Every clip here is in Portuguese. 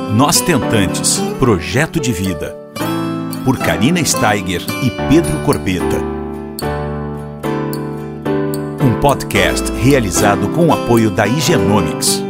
Nós Tentantes, Projeto de Vida, por Karina Steiger e Pedro Corbeta. Um podcast realizado com o apoio da Higienomics.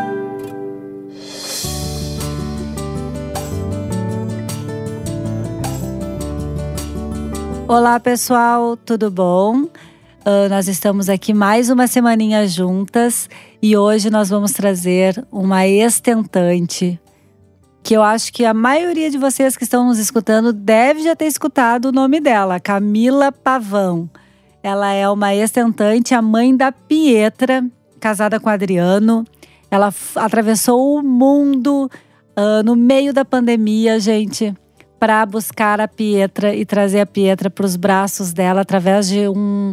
Olá pessoal, tudo bom? Nós estamos aqui mais uma semaninha juntas e hoje nós vamos trazer uma ex-tentante que eu acho que a maioria de vocês que estão nos escutando deve já ter escutado o nome dela, Camila Pavão. Ela é uma ex-tentante, a mãe da Pietra, casada com Adriano. Ela atravessou o mundo no meio da pandemia, gente, para buscar a Pietra e trazer a Pietra para os braços dela através de um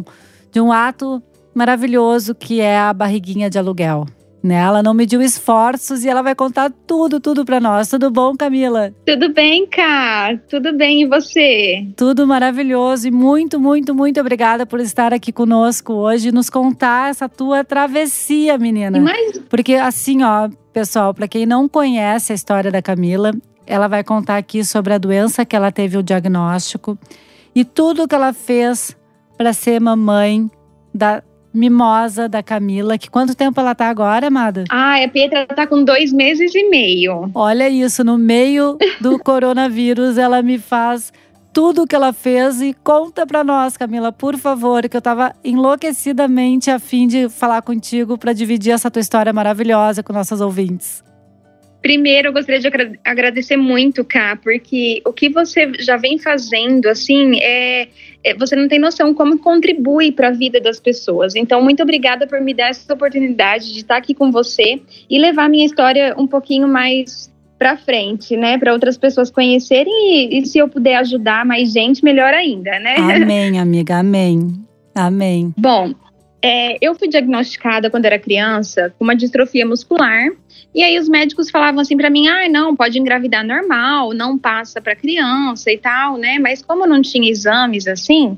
ato maravilhoso que é a barriguinha de aluguel. Né? Ela não mediu esforços e ela vai contar tudo para nós. Tudo bom, Camila? Tudo bem, Cá? Tudo bem, e você? Tudo maravilhoso e muito obrigada por estar aqui conosco hoje e nos contar essa tua travessia, menina. Porque assim, ó, pessoal, para quem não conhece a história da Camila, ela vai contar aqui sobre a doença que ela teve o diagnóstico e tudo que ela fez para ser mamãe da mimosa da Camila. Que quanto tempo ela tá agora, amada? A Pietra tá com 2 meses e meio. Olha isso, no meio do coronavírus, ela me faz tudo o que ela fez. E conta pra nós, Camila, por favor, que eu tava enlouquecidamente a fim de falar contigo pra dividir essa tua história maravilhosa com nossos ouvintes. Primeiro, eu gostaria de agradecer muito, Cá, porque o que você já vem fazendo, assim, você não tem noção como contribui para a vida das pessoas. Então, muito obrigada por me dar essa oportunidade de estar aqui com você e levar a minha história um pouquinho mais para frente, né? Para outras pessoas conhecerem e se eu puder ajudar mais gente, melhor ainda, né? Amém, amiga, amém. Amém. Bom, eu fui diagnosticada quando era criança com uma distrofia muscular. E aí os médicos falavam assim pra mim, não, pode engravidar normal, não passa pra criança e tal, né? Mas como não tinha exames assim,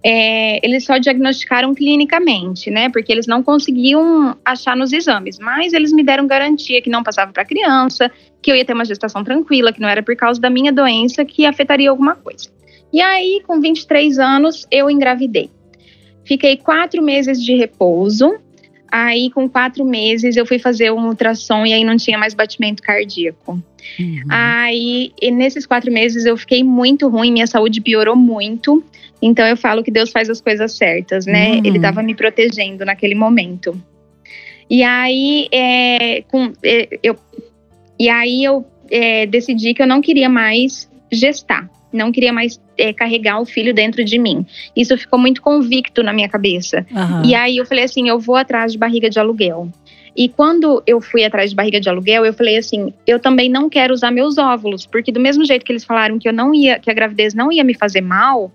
eles só diagnosticaram clinicamente, né? Porque eles não conseguiam achar nos exames. Mas eles me deram garantia que não passava pra criança, que eu ia ter uma gestação tranquila, que não era por causa da minha doença que afetaria alguma coisa. E aí, com 23 anos, eu engravidei. Fiquei 4 meses de repouso. Aí, com 4 meses, eu fui fazer um ultrassom e aí não tinha mais batimento cardíaco. Uhum. Aí, nesses 4 meses, eu fiquei muito ruim, minha saúde piorou muito. Então, eu falo que Deus faz as coisas certas, né? Ele estava me protegendo naquele momento. E aí, eu decidi que eu não queria mais gestar. Não queria mais carregar o filho dentro de mim. Isso ficou muito convicto na minha cabeça. Uhum. E aí eu falei assim, eu vou atrás de barriga de aluguel. E quando eu fui atrás de barriga de aluguel, eu falei assim, eu também não quero usar meus óvulos. Porque do mesmo jeito que eles falaram que a gravidez não ia me fazer mal,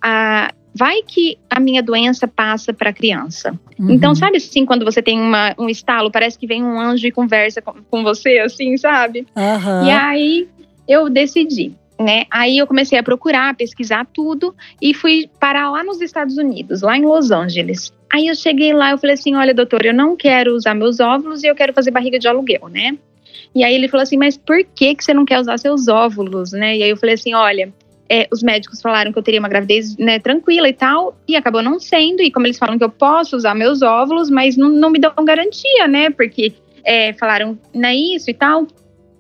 vai que a minha doença passa para a criança. Uhum. Então, sabe assim, quando você tem um estalo, parece que vem um anjo e conversa com você, assim, sabe? Uhum. E aí eu decidi. Né? Aí eu comecei a procurar, pesquisar tudo e fui parar lá nos Estados Unidos, lá em Los Angeles. Aí eu cheguei lá, eu falei assim, olha doutor, eu não quero usar meus óvulos e eu quero fazer barriga de aluguel, né? E aí ele falou assim, mas por que você não quer usar seus óvulos, né? E aí eu falei assim, olha, os médicos falaram que eu teria uma gravidez, né, tranquila e tal, e acabou não sendo, e como eles falam que eu posso usar meus óvulos, mas não me dão garantia, né? Porque falaram, não é isso e tal.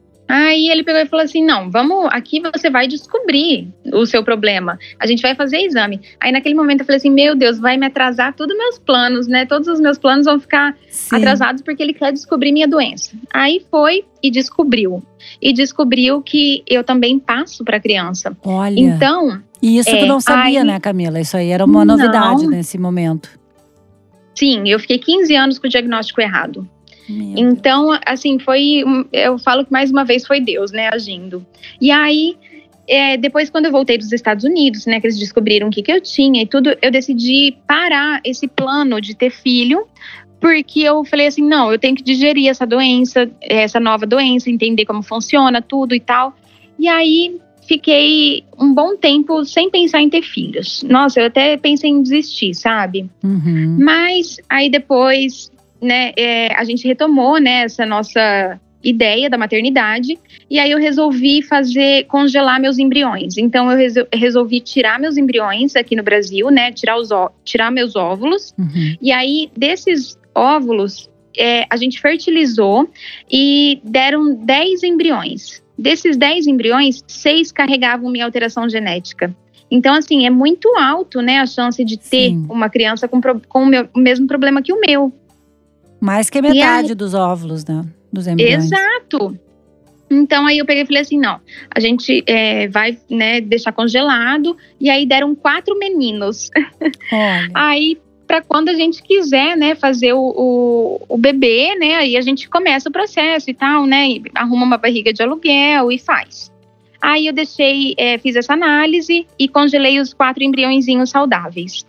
Aí ele pegou e falou assim, não, aqui você vai descobrir o seu problema, a gente vai fazer exame. Aí naquele momento eu falei assim, meu Deus, vai me atrasar todos os meus planos, né? Todos os meus planos vão ficar atrasados porque ele quer descobrir minha doença. Aí foi e descobriu. E descobriu que eu também passo para criança. Olha, então, e isso tu não sabia, né, Camila? Isso aí era uma novidade nesse momento. Sim, eu fiquei 15 anos com o diagnóstico errado. Então, assim, eu falo que mais uma vez foi Deus, né, agindo. E aí, depois quando eu voltei dos Estados Unidos, né, que eles descobriram o que eu tinha e tudo, eu decidi parar esse plano de ter filho, porque eu falei assim, não, eu tenho que digerir essa doença, essa nova doença, entender como funciona, tudo e tal. E aí, fiquei um bom tempo sem pensar em ter filhos. Nossa, eu até pensei em desistir, sabe? Uhum. Mas aí depois, né, a gente retomou, né, essa nossa ideia da maternidade, e aí eu resolvi congelar meus embriões. Então eu resolvi tirar meus embriões aqui no Brasil, né, tirar meus óvulos, e aí desses óvulos a gente fertilizou e deram 10 embriões. Desses 10 embriões, 6 carregavam minha alteração genética. Então, assim, é muito alto, né, a chance de ter uma criança com o mesmo problema que o meu. Mais que metade dos óvulos, né, dos embriões. Exato. Então, aí eu peguei e falei assim, não, a gente vai, né, deixar congelado. E aí deram 4 meninos. Olha. Aí, para quando a gente quiser, né, fazer o bebê, né, aí a gente começa o processo e tal, né, e arruma uma barriga de aluguel e faz. Aí eu fiz essa análise e congelei os 4 embriõezinhos saudáveis.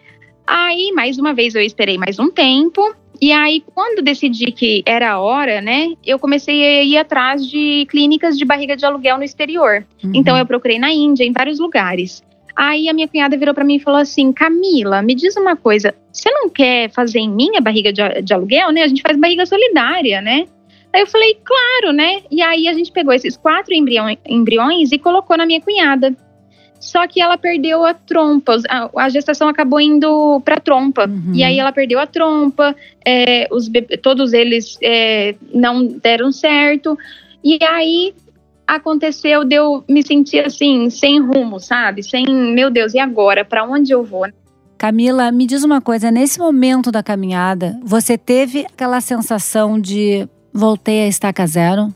Aí, mais uma vez, eu esperei mais um tempo. E aí, quando decidi que era a hora, né, eu comecei a ir atrás de clínicas de barriga de aluguel no exterior. Então, eu procurei na Índia, em vários lugares. Aí a minha cunhada virou pra mim e falou assim, Camila, me diz uma coisa, você não quer fazer em mim a barriga de aluguel, né? A gente faz barriga solidária, né? Aí eu falei, claro, né? E aí a gente pegou esses 4 embriões e colocou na minha cunhada. Só que ela perdeu a trompa, a gestação acabou indo pra trompa. E aí ela perdeu a trompa, todos eles não deram certo. E aí aconteceu de eu me sentir assim, sem rumo, sabe? Meu Deus, e agora? Pra onde eu vou? Camila, me diz uma coisa, nesse momento da caminhada, você teve aquela sensação de voltei a estaca zero?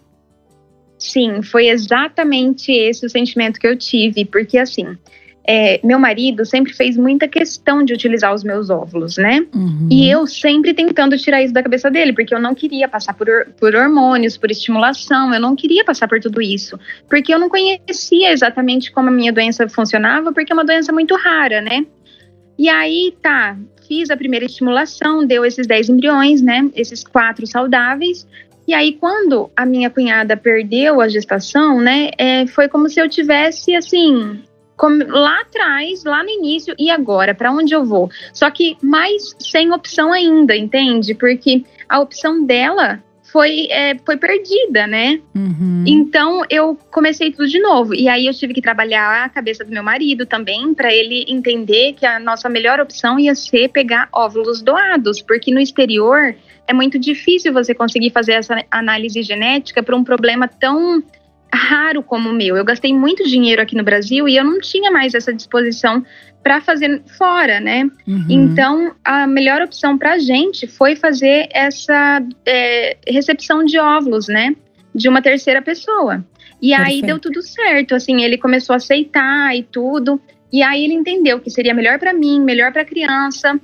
Sim, foi exatamente esse o sentimento que eu tive, porque assim, meu marido sempre fez muita questão de utilizar os meus óvulos, né? E eu sempre tentando tirar isso da cabeça dele, porque eu não queria passar por hormônios, por estimulação, eu não queria passar por tudo isso, porque eu não conhecia exatamente como a minha doença funcionava, porque é uma doença muito rara, né? E aí, fiz a primeira estimulação, deu esses 10 embriões, né? Esses 4 saudáveis. E aí, quando a minha cunhada perdeu a gestação, né? Foi como se eu tivesse, assim, lá atrás, lá no início, e agora? Para onde eu vou? Só que mais sem opção ainda, entende? Porque a opção dela foi perdida, né? Então, eu comecei tudo de novo. E aí, eu tive que trabalhar a cabeça do meu marido também, para ele entender que a nossa melhor opção ia ser pegar óvulos doados. Porque no exterior, é muito difícil você conseguir fazer essa análise genética para um problema tão raro como o meu. Eu gastei muito dinheiro aqui no Brasil e eu não tinha mais essa disposição para fazer fora, né? Então, a melhor opção para a gente foi fazer essa recepção de óvulos, né? De uma terceira pessoa. E aí deu tudo certo, assim, ele começou a aceitar e tudo. E aí ele entendeu que seria melhor para mim, melhor para a criança.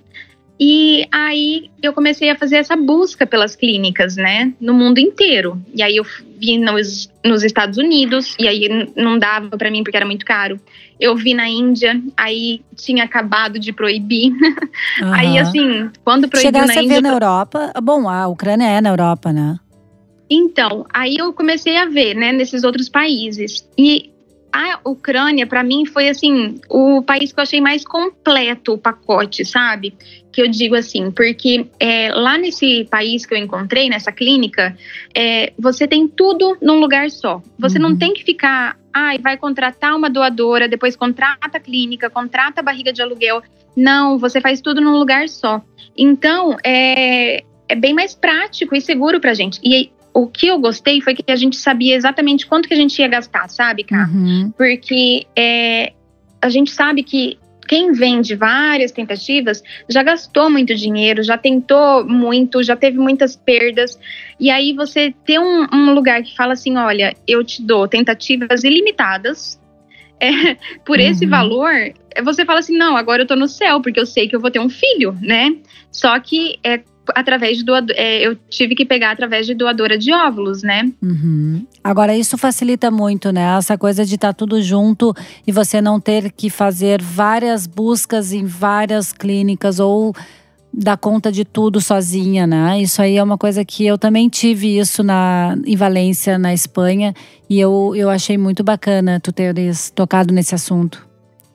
E aí eu comecei a fazer essa busca pelas clínicas, né, no mundo inteiro. E aí eu vi nos Estados Unidos, e aí não dava pra mim porque era muito caro. Eu vi na Índia, aí tinha acabado de proibir. Aí assim, quando proibiu Chegasse na Índia… a ver na Europa, bom, a Ucrânia é na Europa, né? Então, aí eu comecei a ver, né, nesses outros países. E a Ucrânia, para mim, foi assim, o país que eu achei mais completo o pacote, sabe? Que eu digo assim, porque lá nesse país que eu encontrei, nessa clínica, você tem tudo num lugar só. Você não tem que ficar, vai contratar uma doadora, depois contrata a clínica, contrata a barriga de aluguel. Não, você faz tudo num lugar só. Então, é bem mais prático e seguro pra gente. E o que eu gostei foi que a gente sabia exatamente quanto que a gente ia gastar, sabe, Cá? Porque a gente sabe que quem vende várias tentativas já gastou muito dinheiro, já tentou muito, já teve muitas perdas. E aí você ter um lugar que fala assim, olha, eu te dou tentativas ilimitadas por esse valor, você fala assim, não, agora eu tô no céu, porque eu sei que eu vou ter um filho, né? Só que através de eu tive que pegar através de doadora de óvulos, né? Agora isso facilita muito, né? Essa coisa de estar tudo junto e você não ter que fazer várias buscas em várias clínicas ou dar conta de tudo sozinha, né? Isso aí é uma coisa que eu também tive isso em Valência, na Espanha, e eu achei muito bacana tu teres tocado nesse assunto.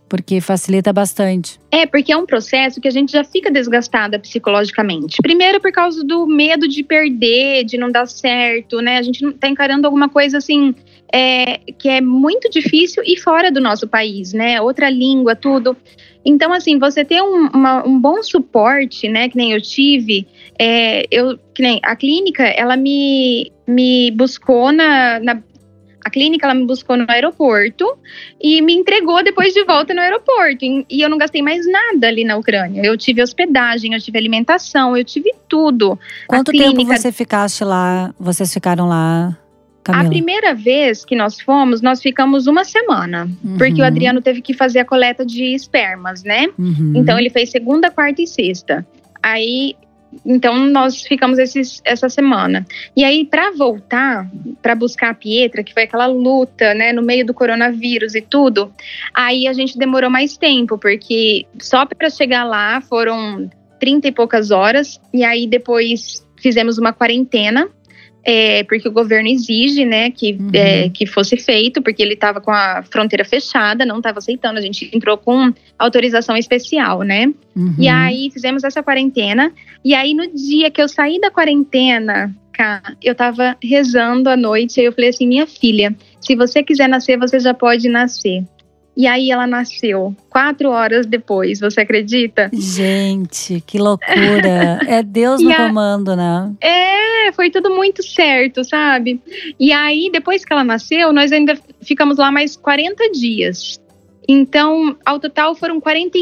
Porque facilita bastante. Porque é um processo que a gente já fica desgastada psicologicamente. Primeiro por causa do medo de perder, de não dar certo, né? A gente tá encarando alguma coisa assim, que é muito difícil e fora do nosso país, né? Outra língua, tudo. Então, assim, você ter um bom suporte, né? Que nem eu tive, que nem a clínica, ela me buscou a clínica, ela me buscou no aeroporto e me entregou depois de volta no aeroporto. E eu não gastei mais nada ali na Ucrânia. Eu tive hospedagem, eu tive alimentação, eu tive tudo. Quanto tempo você ficaste lá? Vocês ficaram lá, Camila? A primeira vez que nós fomos, nós ficamos uma semana. Porque o Adriano teve que fazer a coleta de espermas, né? Então ele fez segunda, quarta e sexta. Então, nós ficamos essa semana. E aí, para voltar, para buscar a Pietra, que foi aquela luta, né, no meio do coronavírus e tudo, aí a gente demorou mais tempo, porque só para chegar lá foram 30 e poucas horas, e aí depois fizemos uma quarentena, porque o governo exige, né, que fosse feito, porque ele estava com a fronteira fechada, não estava aceitando, a gente entrou com autorização especial, né? E aí fizemos essa quarentena, e aí no dia que eu saí da quarentena, eu tava rezando à noite, e eu falei assim, minha filha, se você quiser nascer, você já pode nascer. E aí ela nasceu 4 horas depois, você acredita? Gente, que loucura. É Deus no comando, né? Foi tudo muito certo, sabe? E aí, depois que ela nasceu, nós ainda ficamos lá mais 40 dias. Então, ao total foram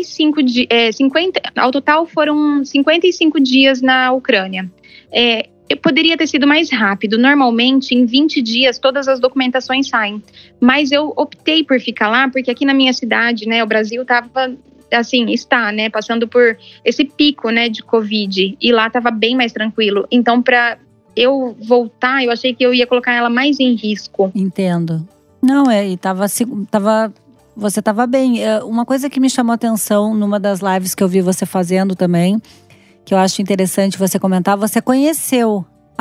55 dias na Ucrânia. Poderia ter sido mais rápido. Normalmente, em 20 dias, todas as documentações saem. Mas eu optei por ficar lá, porque aqui na minha cidade, né, o Brasil está, né, passando por esse pico, né, de Covid. E lá estava bem mais tranquilo. Então, para eu voltar, eu achei que eu ia colocar ela mais em risco. Entendo. Não, você estava bem. Uma coisa que me chamou a atenção numa das lives que eu vi você fazendo também, que eu acho interessante você comentar, você conheceu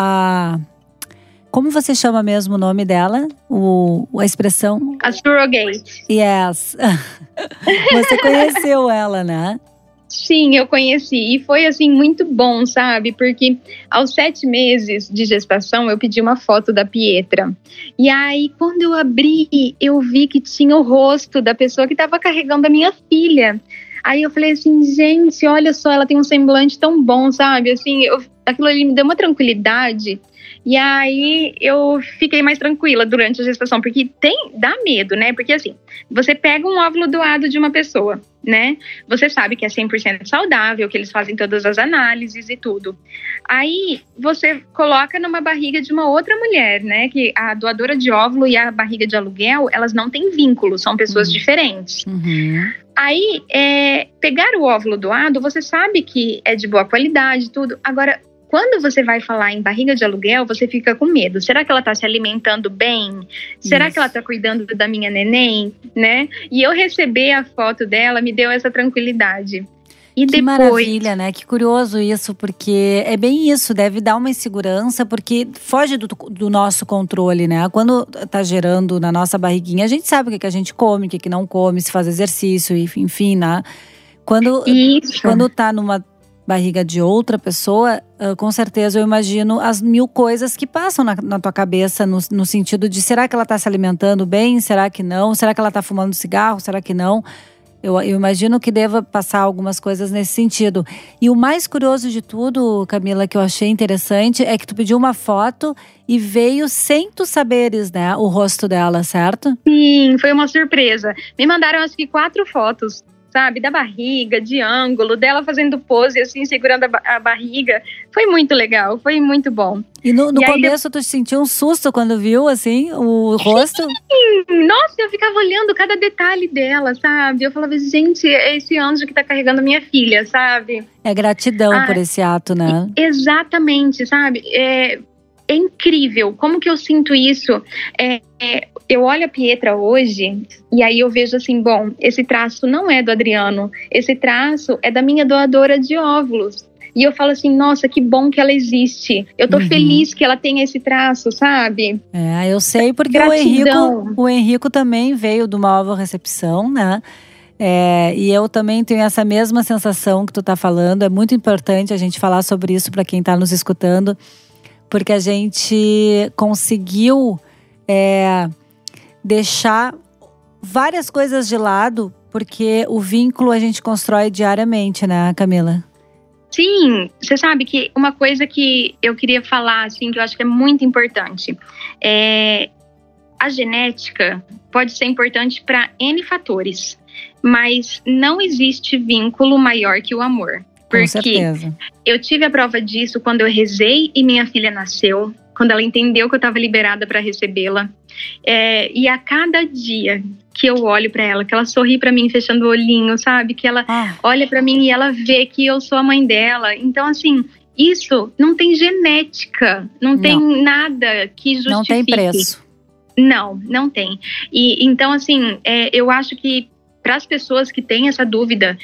como você chama mesmo o nome dela? A expressão? A surrogate. Yes. Você conheceu ela, né? Sim, eu conheci. E foi, assim, muito bom, sabe? Porque aos 7 meses de gestação, eu pedi uma foto da Pietra. E aí, quando eu abri, eu vi que tinha o rosto da pessoa que estava carregando a minha filha. Aí eu falei assim, gente, olha só, ela tem um semblante tão bom, sabe? Assim, aquilo ali me deu uma tranquilidade. E aí eu fiquei mais tranquila durante a gestação, porque dá medo, né? Porque assim, você pega um óvulo doado de uma pessoa, né? Você sabe que é 100% saudável, que eles fazem todas as análises e tudo. Aí você coloca numa barriga de uma outra mulher, né? Que a doadora de óvulo e a barriga de aluguel, elas não têm vínculo, são pessoas diferentes. Aí, pegar o óvulo doado, você sabe que é de boa qualidade, tudo. Agora, quando você vai falar em barriga de aluguel, você fica com medo. Será que ela está se alimentando bem? Será que ela está cuidando da minha neném? Né? E eu receber a foto dela me deu essa tranquilidade. E que maravilha, né? Que curioso isso, porque é bem isso, deve dar uma insegurança, porque foge do nosso controle, né? Quando tá gerando na nossa barriguinha, a gente sabe o que a gente come, o que não come, se faz exercício, enfim, né? Quando tá numa barriga de outra pessoa, com certeza eu imagino as 1000 coisas que passam na tua cabeça, no sentido de, será que ela tá se alimentando bem? Será que não? Será que ela tá fumando cigarro? Será que não? Eu imagino que deva passar algumas coisas nesse sentido. E o mais curioso de tudo, Camila, que eu achei interessante, é que tu pediu uma foto e veio sem tu saberes, né, o rosto dela, certo? Sim, foi uma surpresa. Me mandaram acho que 4 fotos, sabe, da barriga, de ângulo, dela fazendo pose, assim, segurando a barriga. Foi muito legal, foi muito bom. E no começo tu sentiu um susto quando viu, assim, o rosto? Sim, nossa, eu ficava olhando cada detalhe dela, sabe? Eu falava, gente, é esse anjo que tá carregando a minha filha, sabe? É gratidão por esse ato, né? Exatamente, sabe? É incrível, como que eu sinto isso? Eu olho a Pietra hoje e aí eu vejo assim, bom, esse traço não é do Adriano, esse traço é da minha doadora de óvulos. E eu falo assim, nossa, que bom que ela existe. Eu tô feliz que ela tenha esse traço, sabe? Eu sei porque o Henrico também veio de uma ovorecepção, né? E eu também tenho essa mesma sensação que tu tá falando. É muito importante a gente falar sobre isso para quem tá nos escutando, porque a gente conseguiu deixar várias coisas de lado, porque o vínculo a gente constrói diariamente, né, Camila? Sim, você sabe que uma coisa que eu queria falar, assim, que eu acho que é muito importante, a genética pode ser importante para N fatores, mas não existe vínculo maior que o amor. Com certeza. Eu tive a prova disso quando eu rezei e minha filha nasceu, quando ela entendeu que eu estava liberada para recebê-la. E a cada dia que eu olho para ela, que ela sorri para mim fechando o olhinho, sabe? Que ela olha para mim e ela vê que eu sou a mãe dela. Então, assim, isso não tem genética, não tem nada que justifique. Não tem preço. Não tem. E então, assim, eu acho que para as pessoas que têm essa dúvida,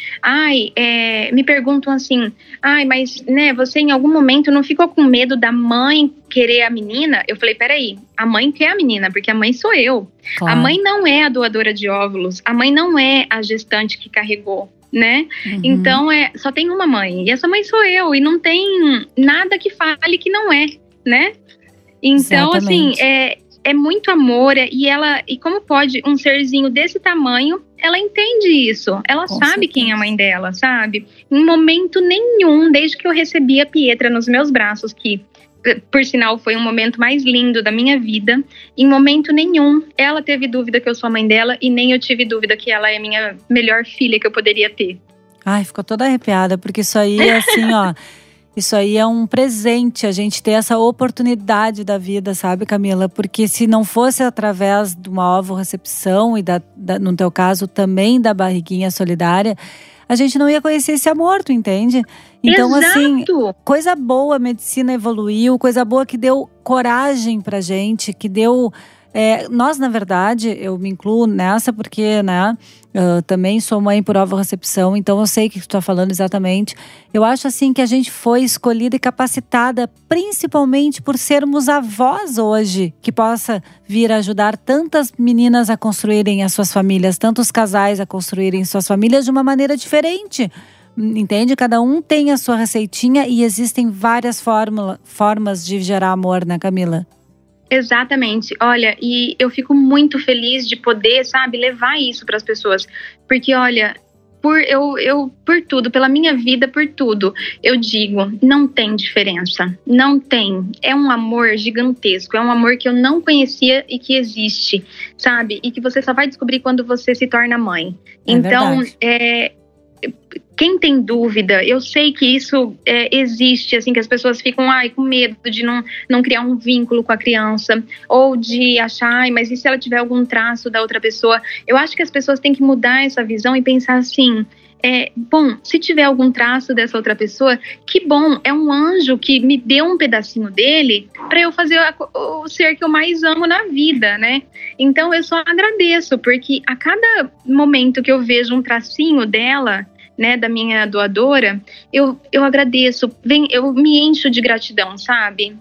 me perguntam assim, mas né, você em algum momento não ficou com medo da mãe querer a menina? Eu falei, peraí, a mãe quer a menina, porque a mãe sou eu. Claro. A mãe não é a doadora de óvulos, a mãe não é a gestante que carregou, né? Uhum. Então, só tem uma mãe, e essa mãe sou eu, e não tem nada que fale que não é, né? Então, exatamente. Assim, é muito amor, e como pode um serzinho desse tamanho, ela entende isso, ela com sabe certeza. Quem é a mãe dela, sabe? Em momento nenhum, desde que eu recebi a Pietra nos meus braços, que por sinal foi um momento mais lindo da minha vida, em momento nenhum ela teve dúvida que eu sou a mãe dela, e nem eu tive dúvida que ela é a minha melhor filha que eu poderia ter. Ai, ficou toda arrepiada, porque isso aí é assim, ó… Isso aí é um presente, a gente ter essa oportunidade da vida, sabe, Camila? Porque se não fosse através de uma ovorecepção e no teu caso também da barriguinha solidária, a gente não ia conhecer esse amor, tu entende? Então, exato. Assim, coisa boa, a medicina evoluiu, coisa boa que deu coragem pra gente, que deu… nós, na verdade, eu me incluo nessa porque, né, eu também sou mãe por ovorecepção, então eu sei o que tu tá falando exatamente. Eu acho assim que a gente foi escolhida e capacitada principalmente por sermos avós hoje, que possa vir ajudar tantas meninas a construírem as suas famílias, tantos casais a construírem suas famílias de uma maneira diferente. Entende? Cada um tem a sua receitinha e existem várias formas de gerar amor, né, Camila? Exatamente. Olha, e eu fico muito feliz de poder, sabe, levar isso para as pessoas. Porque, olha, por tudo, pela minha vida, por tudo, eu digo, não tem diferença. Não tem. É um amor gigantesco. É um amor que eu não conhecia e que existe, sabe? E que você só vai descobrir quando você se torna mãe. Então, quem tem dúvida, eu sei que isso existe, assim, que as pessoas ficam com medo de não criar um vínculo com a criança, ou de achar, mas e se ela tiver algum traço da outra pessoa? Eu acho que as pessoas têm que mudar essa visão e pensar assim, bom, se tiver algum traço dessa outra pessoa, que bom, é um anjo que me deu um pedacinho dele para eu fazer o ser que eu mais amo na vida, né? Então eu só agradeço, porque a cada momento que eu vejo um tracinho dela, né, da minha doadora, eu agradeço, eu me encho de gratidão, sabe?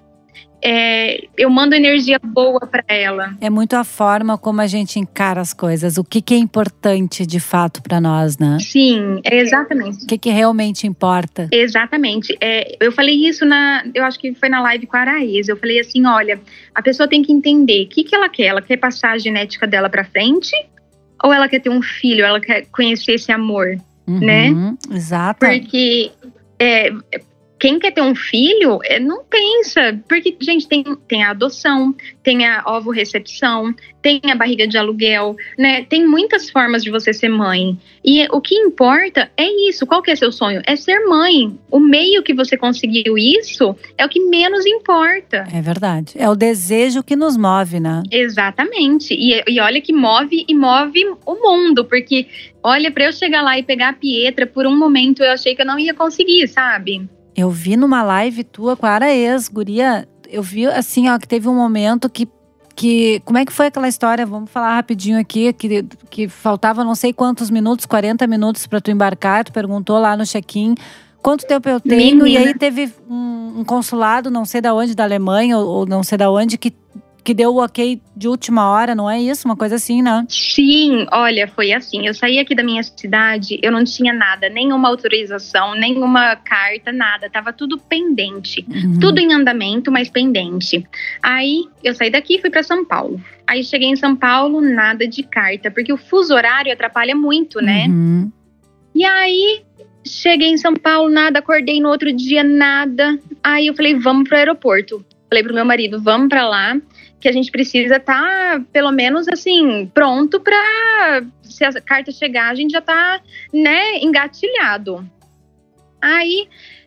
Eu mando energia boa para ela. É muito a forma como a gente encara as coisas, o que é importante de fato para nós, né? Sim, exatamente. O que realmente importa. Exatamente. Eu falei isso eu acho que foi na live com a Araísa. Eu falei assim, olha, a pessoa tem que entender o que ela quer. Ela quer passar a genética dela para frente? Ou ela quer ter um filho? Ela quer conhecer esse amor? Né? Exato. Porque quem quer ter um filho não pensa, porque, gente, tem a adoção, tem a ovorecepção, tem a barriga de aluguel, né? Tem muitas formas de você ser mãe. E o que importa é isso. Qual que é seu sonho? É ser mãe. O meio que você conseguiu isso é o que menos importa. É verdade. É o desejo que nos move, né? Exatamente. E olha que move o mundo, porque, olha, para eu chegar lá e pegar a Pietra, por um momento eu achei que eu não ia conseguir, sabe? Eu vi numa live tua com a Araês, guria, eu vi assim, ó, que teve um momento que como é que foi aquela história? Vamos falar rapidinho aqui, que faltava não sei quantos minutos, 40 minutos pra tu embarcar, tu perguntou lá no check-in quanto tempo eu tenho, e aí teve um consulado, não sei da onde, da Alemanha ou não sei da onde, que que deu o ok de última hora, não é isso? Uma coisa assim, né? Sim, olha, foi assim. Eu saí aqui da minha cidade, eu não tinha nada, nenhuma autorização, nenhuma carta, nada. Tava tudo pendente. Tudo em andamento, mas pendente. Aí eu saí daqui e fui para São Paulo. Aí cheguei em São Paulo, nada de carta, porque o fuso horário atrapalha muito, né? E aí cheguei em São Paulo, nada, acordei no outro dia, nada. Aí eu falei, vamos pro aeroporto. Falei pro meu marido, vamos pra lá, que a gente precisa estar, pelo menos assim, pronto pra, se a carta chegar, a gente já tá, né, engatilhado. Aí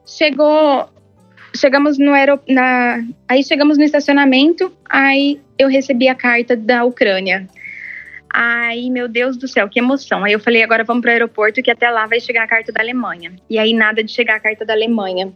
chegamos no estacionamento, aí eu recebi a carta da Ucrânia. Ai, meu Deus do céu, que emoção. Aí eu falei, agora vamos pro aeroporto, que até lá vai chegar a carta da Alemanha. E aí nada de chegar a carta da Alemanha.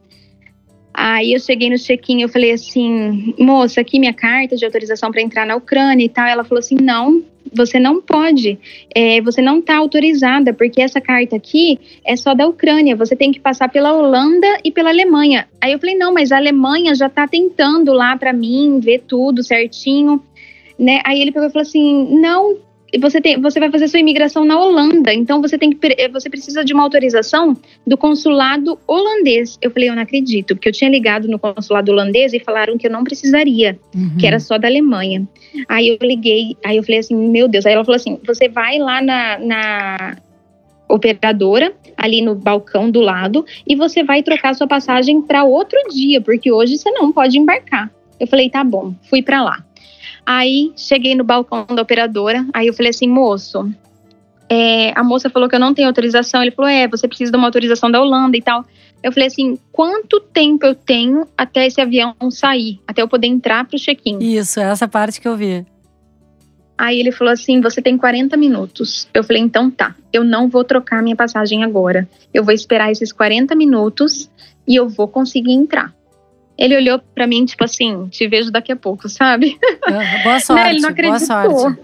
Aí eu cheguei no check-in, eu falei assim, moça, aqui minha carta de autorização para entrar na Ucrânia e tal. Ela falou assim, não, você não pode, você não tá autorizada, porque essa carta aqui é só da Ucrânia, você tem que passar pela Holanda e pela Alemanha. Aí eu falei, não, mas a Alemanha já tá tentando lá para mim, ver tudo certinho, né? Aí ele pegou e falou assim, não, você vai fazer sua imigração na Holanda, então você precisa de uma autorização do consulado holandês. Eu falei, eu não acredito, porque eu tinha ligado no consulado holandês e falaram que eu não precisaria, que era só da Alemanha. Aí eu liguei, aí eu falei assim, meu Deus. Aí ela falou assim, você vai lá na operadora, ali no balcão do lado, e você vai trocar sua passagem para outro dia, porque hoje você não pode embarcar. Eu falei, tá bom, fui para lá. Aí, cheguei no balcão da operadora, aí eu falei assim, moço, a moça falou que eu não tenho autorização. Ele falou, você precisa de uma autorização da Holanda e tal. Eu falei assim, quanto tempo eu tenho até esse avião sair, até eu poder entrar pro check-in? Isso, essa parte que eu vi. Aí ele falou assim, você tem 40 minutos. Eu falei, então tá, eu não vou trocar minha passagem agora. Eu vou esperar esses 40 minutos e eu vou conseguir entrar. Ele olhou pra mim, tipo assim, te vejo daqui a pouco, sabe? Boa sorte, né? Ele não acreditou. Boa sorte.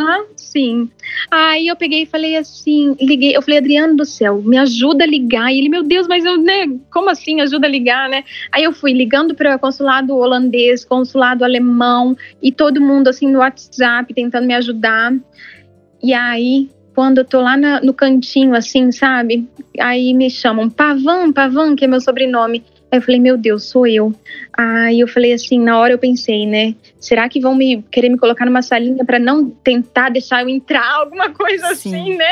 Sim. Aí eu peguei e falei assim, liguei, eu falei, Adriano do céu, me ajuda a ligar. E ele, meu Deus, mas eu, né, como assim ajuda a ligar, né? Aí eu fui ligando para consulado holandês, consulado alemão, e todo mundo assim no WhatsApp tentando me ajudar. E aí, quando eu tô lá no cantinho, assim, sabe? Aí me chamam Pavan, que é meu sobrenome. Aí eu falei, meu Deus, sou eu. Aí eu falei assim, na hora eu pensei, né? Será que vão querer me colocar numa salinha pra não tentar deixar eu entrar? Alguma coisa assim, né?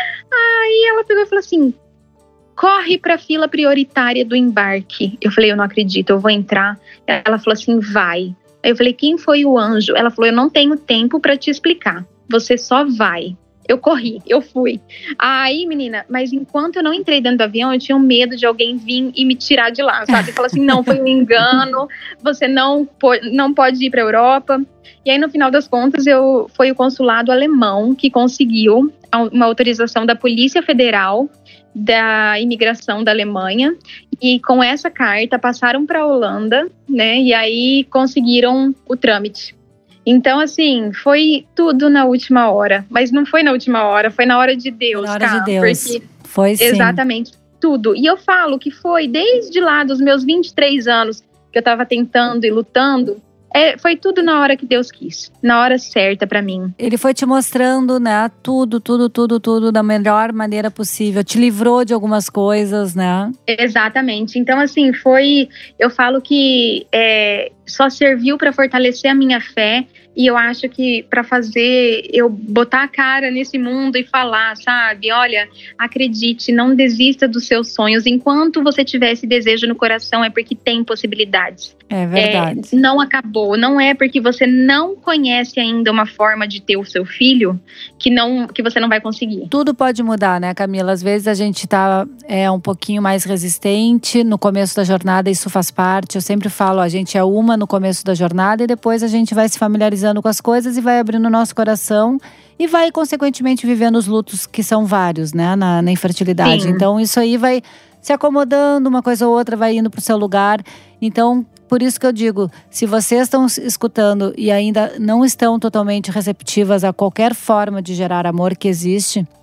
Aí ela pegou e falou assim, corre pra fila prioritária do embarque. Eu falei, eu não acredito, eu vou entrar. Ela falou assim, vai. Aí eu falei, quem foi o anjo? Ela falou, eu não tenho tempo pra te explicar. Você só vai. Eu corri, eu fui. Aí, menina, mas enquanto eu não entrei dentro do avião, eu tinha medo de alguém vir e me tirar de lá, sabe? Falar assim, não, foi um engano, você não pode ir para a Europa. E aí, no final das contas, foi o consulado alemão que conseguiu uma autorização da Polícia Federal da imigração da Alemanha. E com essa carta, passaram para a Holanda, né? E aí, conseguiram o trâmite. Então, assim, foi tudo na última hora. Mas não foi na última hora, foi na hora de Deus, na hora de Deus. Porque foi sim. Exatamente, tudo. E eu falo que foi desde lá dos meus 23 anos que eu tava tentando e lutando. Foi tudo na hora que Deus quis, na hora certa pra mim. Ele foi te mostrando, né, tudo da melhor maneira possível. Te livrou de algumas coisas, né? Exatamente. Então, assim, eu falo que só serviu pra fortalecer a minha fé. E eu acho que para fazer eu botar a cara nesse mundo e falar, sabe? Olha, acredite, não desista dos seus sonhos. Enquanto você tiver esse desejo no coração, é porque tem possibilidades. É verdade. Não acabou. Não é porque você não conhece ainda uma forma de ter o seu filho que você não vai conseguir. Tudo pode mudar, né, Camila? Às vezes a gente tá um pouquinho mais resistente no começo da jornada, isso faz parte. Eu sempre falo, a gente é uma no começo da jornada e depois a gente vai se familiarizando com as coisas e vai abrindo o nosso coração e vai, consequentemente, vivendo os lutos que são vários, né, na infertilidade. Sim. Então, isso aí vai se acomodando, uma coisa ou outra vai indo pro seu lugar. Então, por isso que eu digo, se vocês estão escutando e ainda não estão totalmente receptivas a qualquer forma de gerar amor que existe,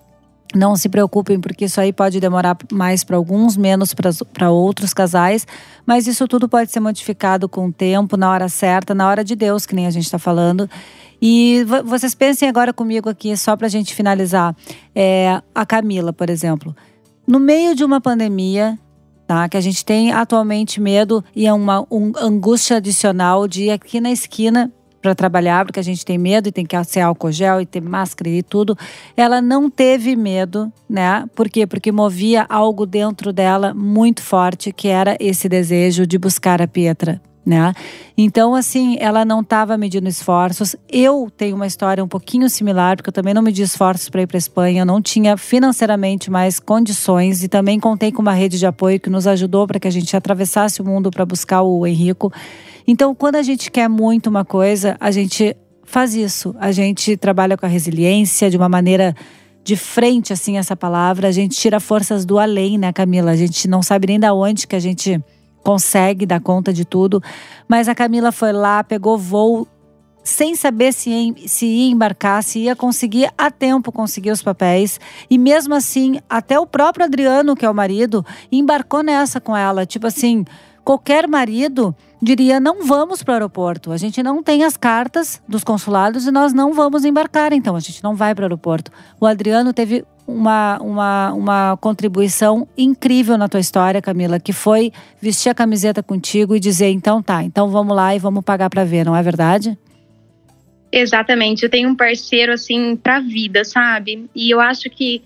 Não se preocupem, porque isso aí pode demorar mais para alguns, menos para outros casais. Mas isso tudo pode ser modificado com o tempo, na hora certa, na hora de Deus, que nem a gente está falando. E vocês pensem agora comigo aqui, só para a gente finalizar. A Camila, por exemplo. No meio de uma pandemia, tá, que a gente tem atualmente medo e uma angústia adicional de ir aqui na esquina para trabalhar, porque a gente tem medo e tem que ser álcool gel e ter máscara e tudo. Ela não teve medo, né? Por quê? Porque movia algo dentro dela muito forte, que era esse desejo de buscar a Pietra, né? Então, assim, ela não estava medindo esforços. Eu tenho uma história um pouquinho similar, porque eu também não medi esforços para ir para a Espanha. Eu não tinha financeiramente mais condições e também contei com uma rede de apoio que nos ajudou para que a gente atravessasse o mundo para buscar o Henrico. Então, quando a gente quer muito uma coisa, a gente faz isso. A gente trabalha com a resiliência de uma maneira de frente, assim, essa palavra. A gente tira forças do além, né, Camila? A gente não sabe nem da onde que a gente consegue dar conta de tudo. Mas a Camila foi lá, pegou voo, sem saber se ia embarcar, se ia conseguir a tempo conseguir os papéis. E mesmo assim, até o próprio Adriano, que é o marido, embarcou nessa com ela. Tipo assim, qualquer marido diria, não vamos para o aeroporto. A gente não tem as cartas dos consulados e nós não vamos embarcar, então a gente não vai para o aeroporto. O Adriano teve uma contribuição incrível na tua história, Camila, que foi vestir a camiseta contigo e dizer, então tá, então vamos lá e vamos pagar para ver, não é verdade? Exatamente, eu tenho um parceiro assim pra vida, sabe? E eu acho que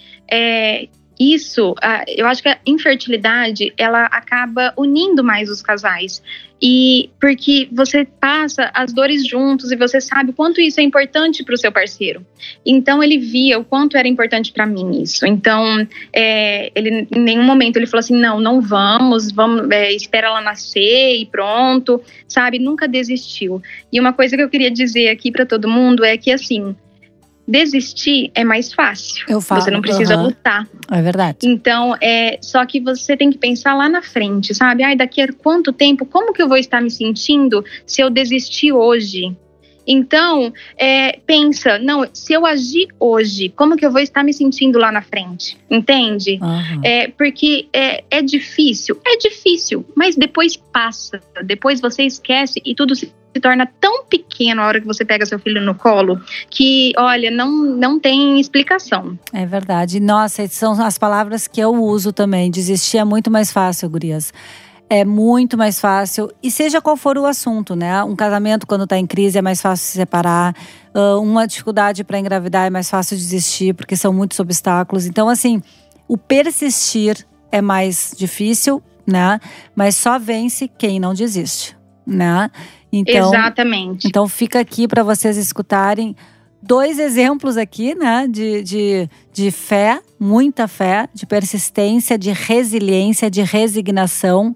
eu acho que a infertilidade, ela acaba unindo mais os casais. E porque você passa as dores juntos e você sabe o quanto isso é importante para o seu parceiro. Então ele via o quanto era importante para mim isso. Então ele em nenhum momento ele falou assim, não vamos, espera ela nascer e pronto, sabe? Nunca desistiu. E uma coisa que eu queria dizer aqui para todo mundo é que assim, desistir é mais fácil. Eu falo, você não precisa lutar. É verdade. Então, só que você tem que pensar lá na frente, sabe? Daqui a quanto tempo, como que eu vou estar me sentindo se eu desistir hoje? Então, pensa, se eu agir hoje, como que eu vou estar me sentindo lá na frente? Entende? Uhum. Porque é difícil, mas depois passa, depois você esquece e tudo se torna tão pequeno a hora que você pega seu filho no colo, que, olha, não tem explicação. É verdade. Nossa, são as palavras que eu uso também. Desistir é muito mais fácil, gurias. É muito mais fácil. E seja qual for o assunto, né? Um casamento, quando tá em crise, é mais fácil se separar. Uma dificuldade para engravidar é mais fácil desistir, porque são muitos obstáculos. Então, assim, o persistir é mais difícil, né? Mas só vence quem não desiste, né? Então, exatamente. Então fica aqui para vocês escutarem 2 exemplos aqui, né? De fé, muita fé, de persistência, de resiliência, de resignação.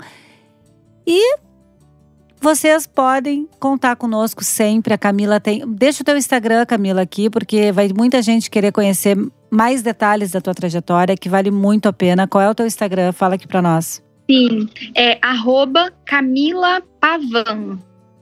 E vocês podem contar conosco sempre. A Camila tem… Deixa o teu Instagram, Camila, aqui, porque vai muita gente querer conhecer mais detalhes da tua trajetória, que vale muito a pena. Qual é o teu Instagram? Fala aqui para nós. Sim, @Camila Pavan.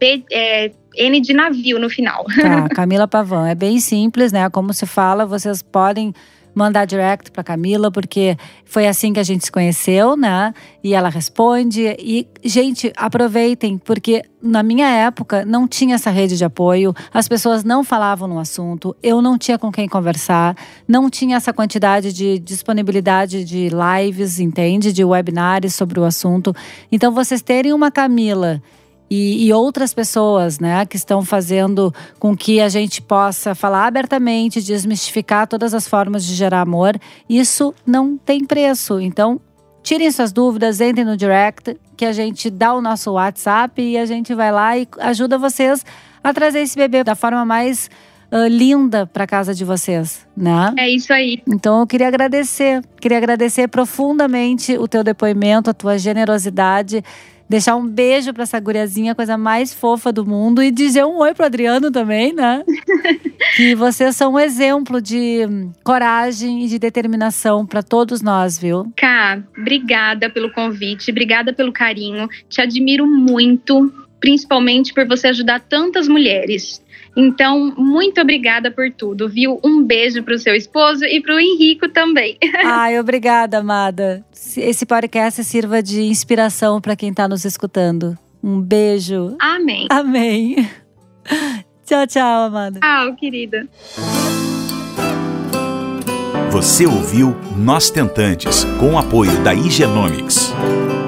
N de navio no final. Tá, Camila Pavan. É bem simples, né? Como se fala, vocês podem mandar direct pra Camila, porque foi assim que a gente se conheceu, né? E ela responde. E, gente, aproveitem, porque na minha época não tinha essa rede de apoio, as pessoas não falavam no assunto, eu não tinha com quem conversar, não tinha essa quantidade de disponibilidade de lives, entende? De webinars sobre o assunto. Então, vocês terem uma Camila e outras pessoas, né, que estão fazendo com que a gente possa falar abertamente, desmistificar todas as formas de gerar amor, isso não tem preço. Então, tirem suas dúvidas, entrem no direct, que a gente dá o nosso WhatsApp e a gente vai lá e ajuda vocês a trazer esse bebê da forma mais linda para casa de vocês, né? É isso aí. Então eu queria agradecer profundamente o teu depoimento, a tua generosidade. Deixar um beijo pra essa guriazinha, coisa mais fofa do mundo. E dizer um oi pro Adriano também, né? Que vocês são um exemplo de coragem e de determinação pra todos nós, viu? Cá, obrigada pelo convite, obrigada pelo carinho. Te admiro muito. principalmente por você ajudar tantas mulheres. Então, muito obrigada por tudo, viu? Um beijo pro seu esposo e pro Henrico também. Ai, obrigada, amada. Esse podcast sirva de inspiração para quem tá nos escutando. Um beijo. Amém. Amém. Tchau, tchau, amada. Tchau, querida. Você ouviu Nós Tentantes, com o apoio da Igenomics.